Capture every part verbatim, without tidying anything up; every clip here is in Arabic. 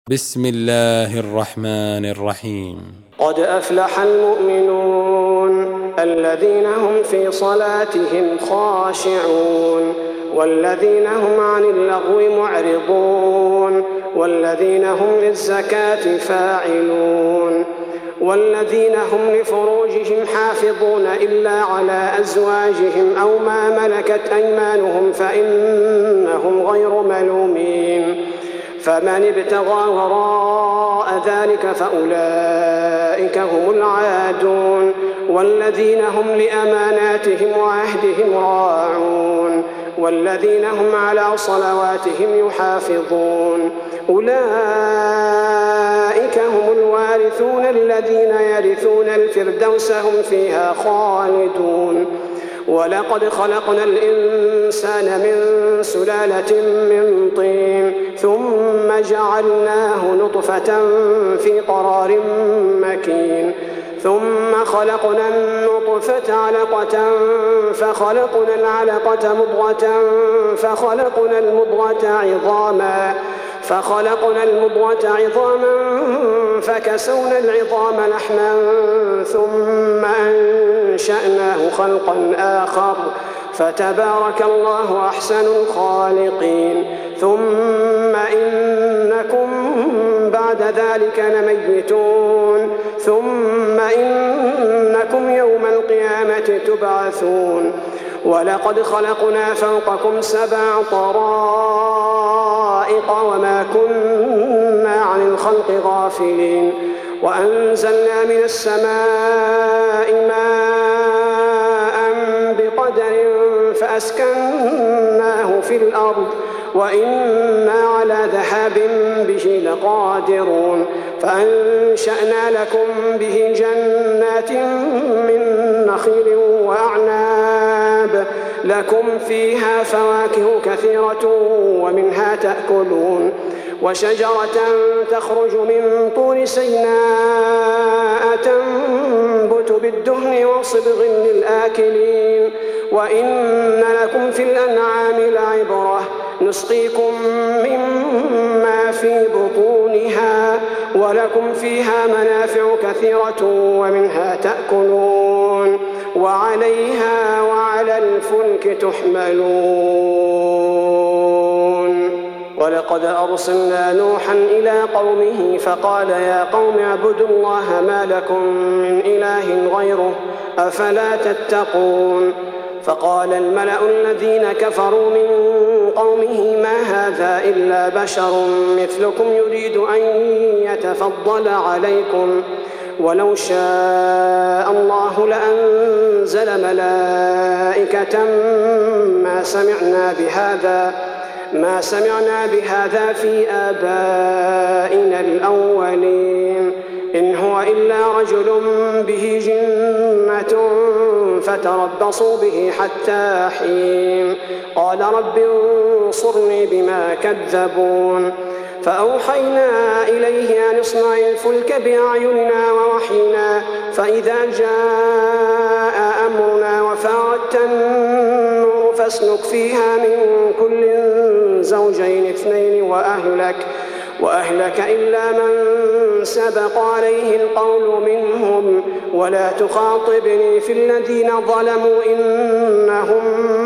بسم الله الرحمن الرحيم. قد أفلح المؤمنون الذين هم في صلاتهم خاشعون والذين هم عن اللغو معرضون والذين هم للزكاة فاعلون والذين هم لفروجهم حافظون إلا على أزواجهم أو ما ملكت أيمانهم فإنهم غير ملومين فمن ابتغى وراء ذلك فأولئك هم العادون والذين هم لأماناتهم وعهدهم راعون والذين هم على صلواتهم يحافظون أولئك هم الوارثون الذين يرثون الفردوس هم فيها خالدون ولقد خلقنا الإنسان من سلالة من طين ثم جعلناه نطفة في قرار مكين ثم خلقنا النطفة علقة فخلقنا العلقة مضغة فخلقنا المضغة عظاما فخلقنا المضغة عظاما فكسونا العظام لحما ثم أنشأناه خلقا آخر فتبارك الله أحسن الخالقين ثم إنكم بعد ذلك لميتون ثم إنكم يوم القيامة تبعثون ولقد خلقنا فوقكم سبع طرائق وما كنا عن الخلق غافلين وأنزلنا من السماء ماء بقدر فأسكناه في الأرض وإنا على ذهاب به لقادرون فأنشأنا لكم به جنات من نخيل وأعناب لكم فيها فواكه كثيرة ومنها تأكلون وشجرة تخرج من طور سيناء تنبت بالدهن وصبغ للآكلين وإن لكم في الأنعام لعبرة نسقيكم مما في بطونها ولكم فيها منافع كثيرة ومنها تأكلون وعليها وعلى الفلك تحملون ولقد أرسلنا نوحا إلى قومه فقال يا قوم اعبدوا الله ما لكم من إله غيره أفلا تتقون فقال الملأ الذين كفروا من قومه ما هذا إلا بشر مثلكم يريد أن يتفضل عليكم ولو شاء الله لأنزل ملائكة ما سمعنا بهذا ما سمعنا بهذا في آبائنا الأولين إن هو إلا رجل به جنة فتربصوا به حتى حين قال رب انصرني بما كذبون فأوحينا إليه أن اصنع الفلك بأعيننا ووحينا فإذا جاء أمرنا وفاردت النور فاسلك فيها من كل زوجين اثنين وأهلك وأهلك إلا من سبق عليه القول منهم ولا تخاطبني في الذين ظلموا إنهم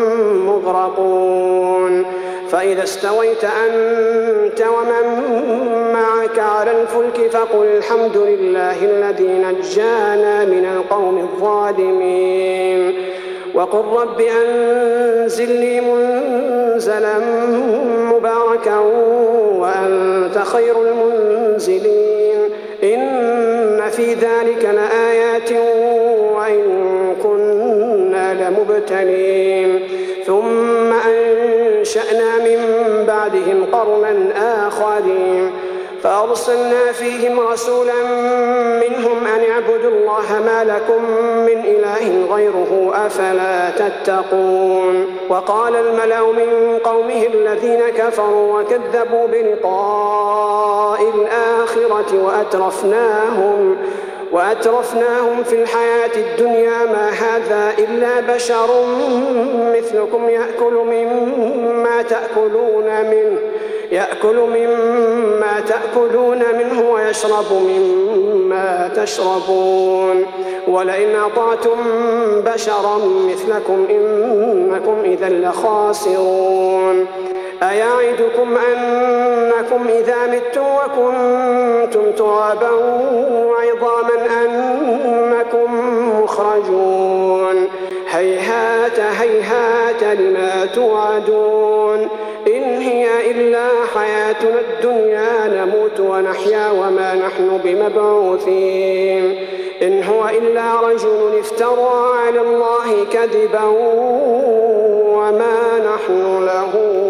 مغرقون فإذا استويت أنت ومن معك على الفلك فقل الحمد لله الذي نجانا من القوم الظالمين وقل رب أنزلني منزلا مباركا وأنت خير المنزلين إن في ذلك لآيات وإن كنا لمبتلين ثم أنشأنا من بعدهم قرنا آخرين فأرسلنا فيهم رسولا منهم أن اعبدوا الله ما لكم من إله غيره أفلا تتقون وقال الملأ من قومه الذين كفروا وكذبوا بلقاء الآخرة وأترفناهم وأترفناهم في الحياة الدنيا ما هذا إلا بشر مثلكم يأكل مما تأكلون منه يأكل مما تأكلون منه ويشرب مما تشربون ولئن أطعتم بشرا مثلكم إنكم إذا لخاسرون أيعدكم أنكم إذا متم وكنتم ترابا وعظاما أنكم مخرجون هيهات هيهات لما توعدون إن هي إلا حياتنا الدنيا نموت ونحيا وما نحن بمبعوثين إن هو إلا رجل افترى على الله كذبا وما نحن له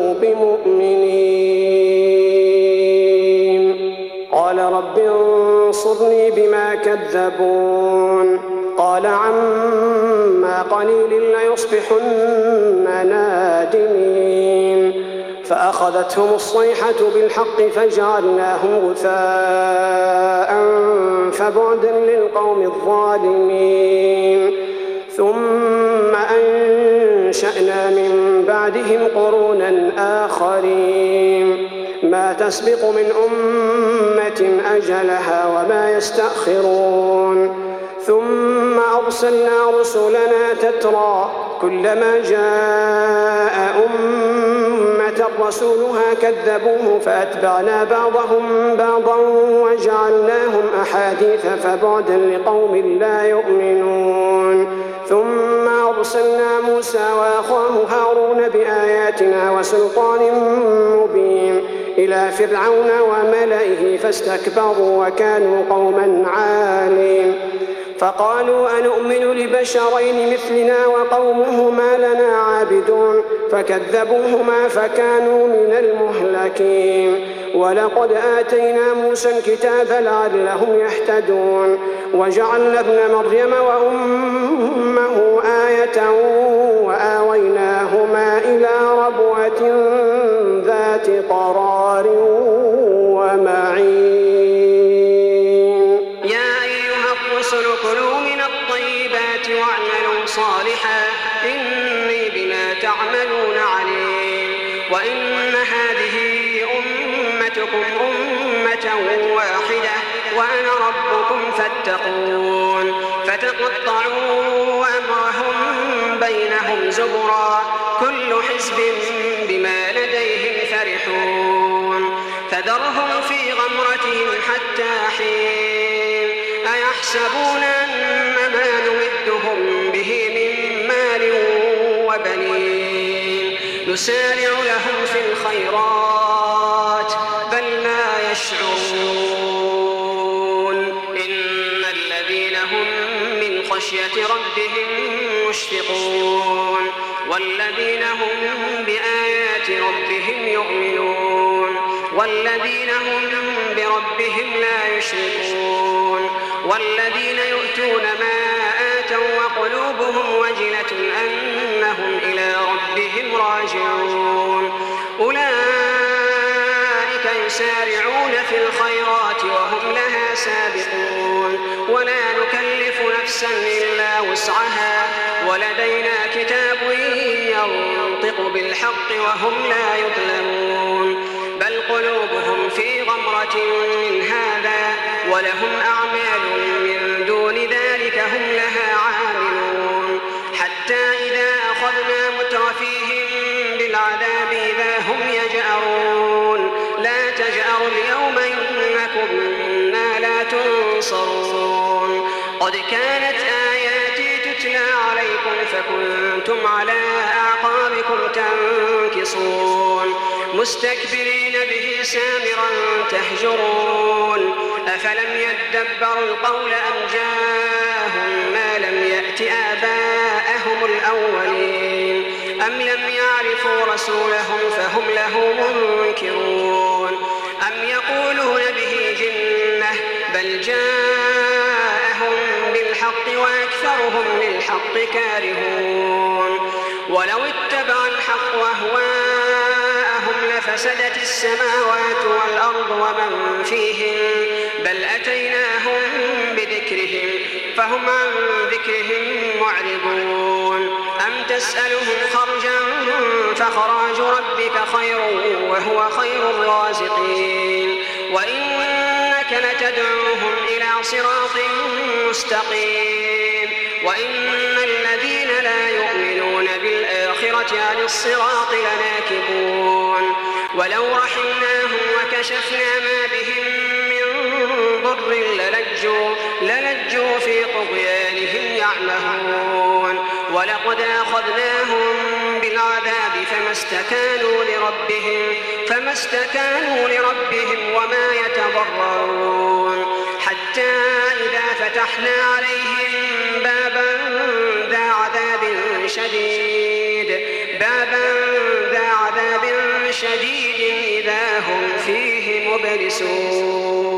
بمؤمنين قال رب انصرني بما كذبون قال عما قليل ليصبحن نادمين فأخذتهم الصيحة بالحق فجعلناهم غثاء فبعدا للقوم الظالمين ثم أنشأنا من بعدهم قرونا آخرين ما تسبق من أمة أجلها وما يستأخرون ثم أرسلنا رسلنا تترى كلما جاء أمة رسولها كذبوه فأتبعنا بعضهم بعضا وجعلناهم أحاديث فبعدا لقوم لا يؤمنون ثم أرسلنا موسى وأخاه هارون بآياتنا وسلطان مبين إلى فرعون وملئه فاستكبروا وكانوا قوما عالين فقالوا أنؤمن لبشرين مثلنا وقومهما لنا عابدون فكذبوهما فكانوا من المهلكين ولقد آتينا موسى الكتاب لعلهم يهتدون وجعلنا ابن مريم وأمه آية وآويناهما إلى ربوة ذات قرار ومعين يا أيها الرسل كلوا من الطيبات واعملوا صالحا إني بما تعملون عليم وإن هذه أمتكم أمة واحدة وأنا ربكم فاتقون فتقطعوا أمرهم بينهم زبرا كل حزب بما لديهم فرحون فذرهم في غمرتهم حتى حين أيحسبون أن ما نمدهم به من مال وبنين نسارع لهم في الخيرات بل لا يشعرون إن الذين هم من خشية ربهم مشفقون والذين هم بآيات ربهم يؤمنون والذين هم بربهم لا يشركون والذين يؤتون ما آتوا وقلوبهم وجلة أنهم إلى ربهم راجعون أولئك يسارعون في الخيرات وهم لها سابقون ولا نكلف نفسا إلا وسعها ولدينا كتاب ينطق بالحق وهم لا يظلمون بل قلوبهم في غمرة من هذا ولهم أعمال من دون ذلك هم لها عاملون حتى إذا أخذنا مترفيهم بالعذاب إذا هم يجأرون لا تجأروا اليوم إنكم منا لا تنصرون قد كانت آياتي تتلى عليكم فكنتم على أعقابكم تنكصون مستكبرين به سامرا تهجرون أفلم يدبروا القول أم جاءهم ما لم يأت آباءهم الأولين أم لم يعرفوا رسولهم فهم له منكرون أم يقولون به جنة بل جاءهم بالحق وأكثرهم للحق كارهون ولو اتبع الحق أهواءهم لفسدت السماوات والأرض ومن فيهن بل أتيناهم بذكرهم فهم عن ذكرهم معرضون أم تسألهم خرجا فخراج ربك خير وهو خير الرازقين وإنك لتدعوهم إلى صراط مستقيم وإن الذين لا يؤمنون بالآخرة عن الصراط لناكبون ولو رحمناهم وكشفنا ما بهم من ضر للجوا, للجوا في طغيانهم يعمهون ولقد أخذناهم بالعذاب فما استكانوا لربهم, فما استكانوا لربهم وما يتضرعون حتى إذا فتحنا عليهم بابا ذا عذاب شديد بابا ذا عذاب شديد إذا هم فيه مبلسون.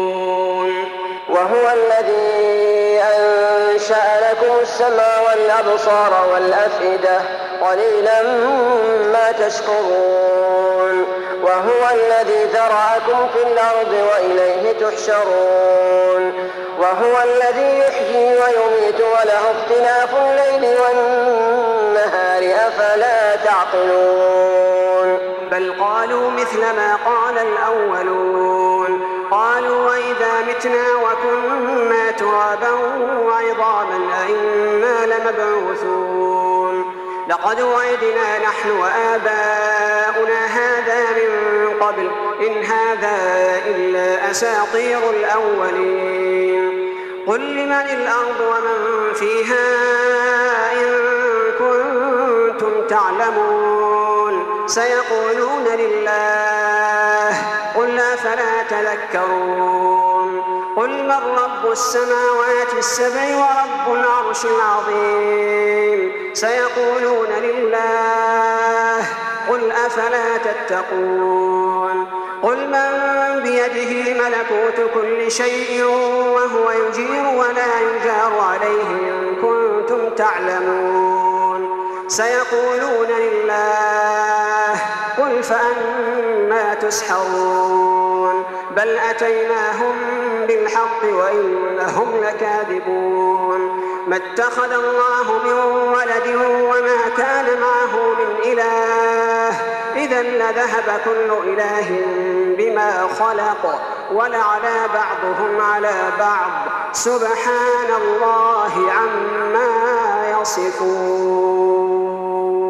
وهو الذي أنشأ لكم السمع والأبصار والأفئدة قليلا ما تشكرون. وهو الذي ذرأكم في الأرض وإليه تحشرون. وهو الذي يحيي ويميت وله اختلاف الليل والنهار أفلا تعقلون. بل قالوا مثل ما قال الأولون قالوا وإذا متنا وكنا ترابا وعظاما أئنا لمبعوثون لقد وعدنا نحن وآباؤنا هذا من قبل إن هذا إلا أساطير الأولين. قل لمن الأرض ومن فيها إن كنتم تعلمون سيقولون لله قل أفلا تذكرون. قل من رب السماوات السبع ورب العرش العظيم سيقولون لله قل أفلا تتقون. قل من بيده ملكوت كل شيء وهو يجير ولا يجار عليه إن كنتم تعلمون سيقولون لله قل فأنى تسحرون. بل أتيناهم بالحق وإنهم لكاذبون. ما اتخذ الله من ولد وما كان معه من إله إذا لذهب كل إله بما خلق ولعلى بعضهم على بعض سبحان الله عما يصفون.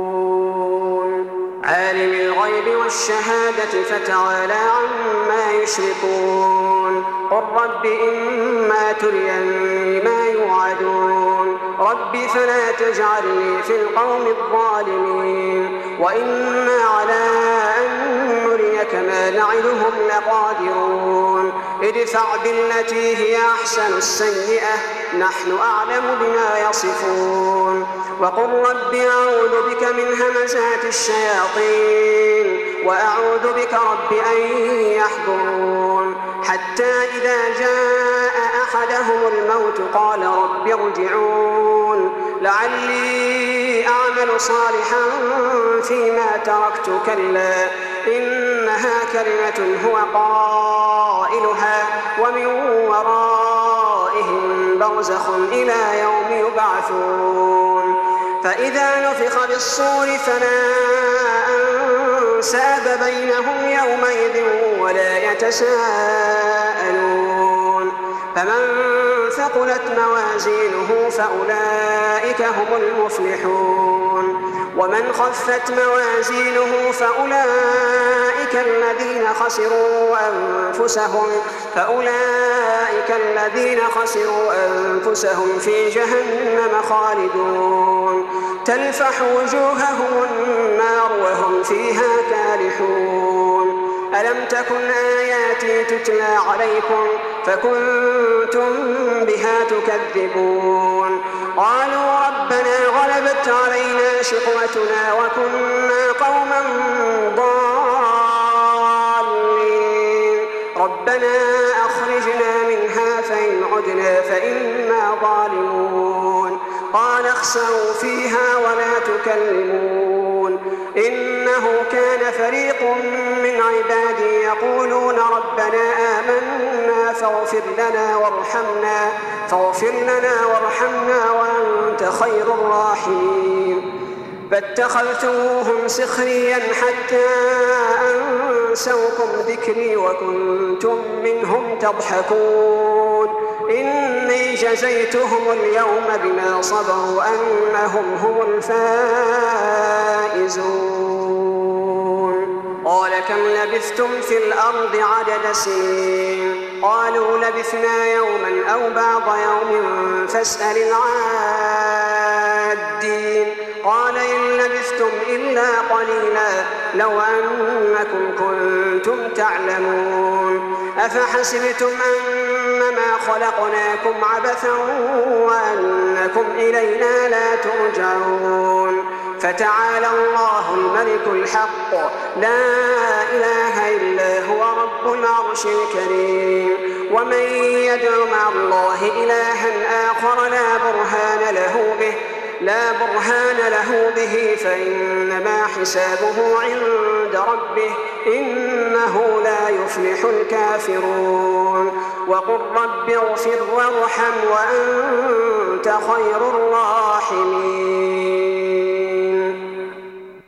عالم الغيب والشهادة فتعالى عما يشركون. قل رب إما تريني ما يوعدون رب فلا تجعلني في القوم الظالمين وإنا على أن نريك ما نعدهم لقادرون. ادفع بالتي هي أحسن السيئة نحن أعلم بما يصفون. وقل رب أعوذ بك من همزات الشياطين وأعوذ بك رب أن يحضرون. حتى إذا جاء أحدهم الموت قال رب ارجعون لعلي أعمل صالحا فيما تركت كلا إنها كلمة هو قائلها ومن ورائهم برزخ إلى يوم يبعثون. فإذا نفخ بالصور فلا أنساب بينهم يومئذ ولا يتساءلون. فمن ثقلت موازينه فأولئك هم المفلحون ومن خفت موازينه فأولئك الذين خسروا أنفسهم فأولئك الذين خسروا أنفسهم في جهنم خالدون تلفح وجوههم النار وهم فيها كالحون. ألم تكن آياتي تتلى عليكم فكنتم بها تكذبون. قالوا ربنا غلبت علينا شقوتنا وكنا قوما ضالين ربنا أخرجنا منها فإن عدنا فإنا ظالمون. قال اخسئوا فيها ولا تكلمون إنه كان فريق من عبادي يقولون ربنا آمنا فاغفر لنا وارحمنا فاغفر لنا وارحمنا وأنت خير الراحمين. فاتخذتموهم سخريا حتى أنسوكم ذكري وكنتم منهم تضحكون. إني جزيتهم اليوم بما صبروا أنهم هم الفائزون. قال كم لبثتم في الأرض عدد سنين؟ قالوا لبثنا يوما أو بعض يوم فاسأل العادين. قال إن لبثتم إلا قليلا لو أنكم كنتم تعلمون. أفحسبتم أنما خلقناكم عبثا وأنكم إلينا لا ترجعون. فتعالى الله الملك الحق لا إله إلا هو رب العرش الكريم. ومن يدع مع الله إلها آخر لا برهان له به لا برهان له به فإنما حسابه عند ربه إنه لا يفلح الكافرون. وقل رب اغفر وارحم وأنت خير الراحمين.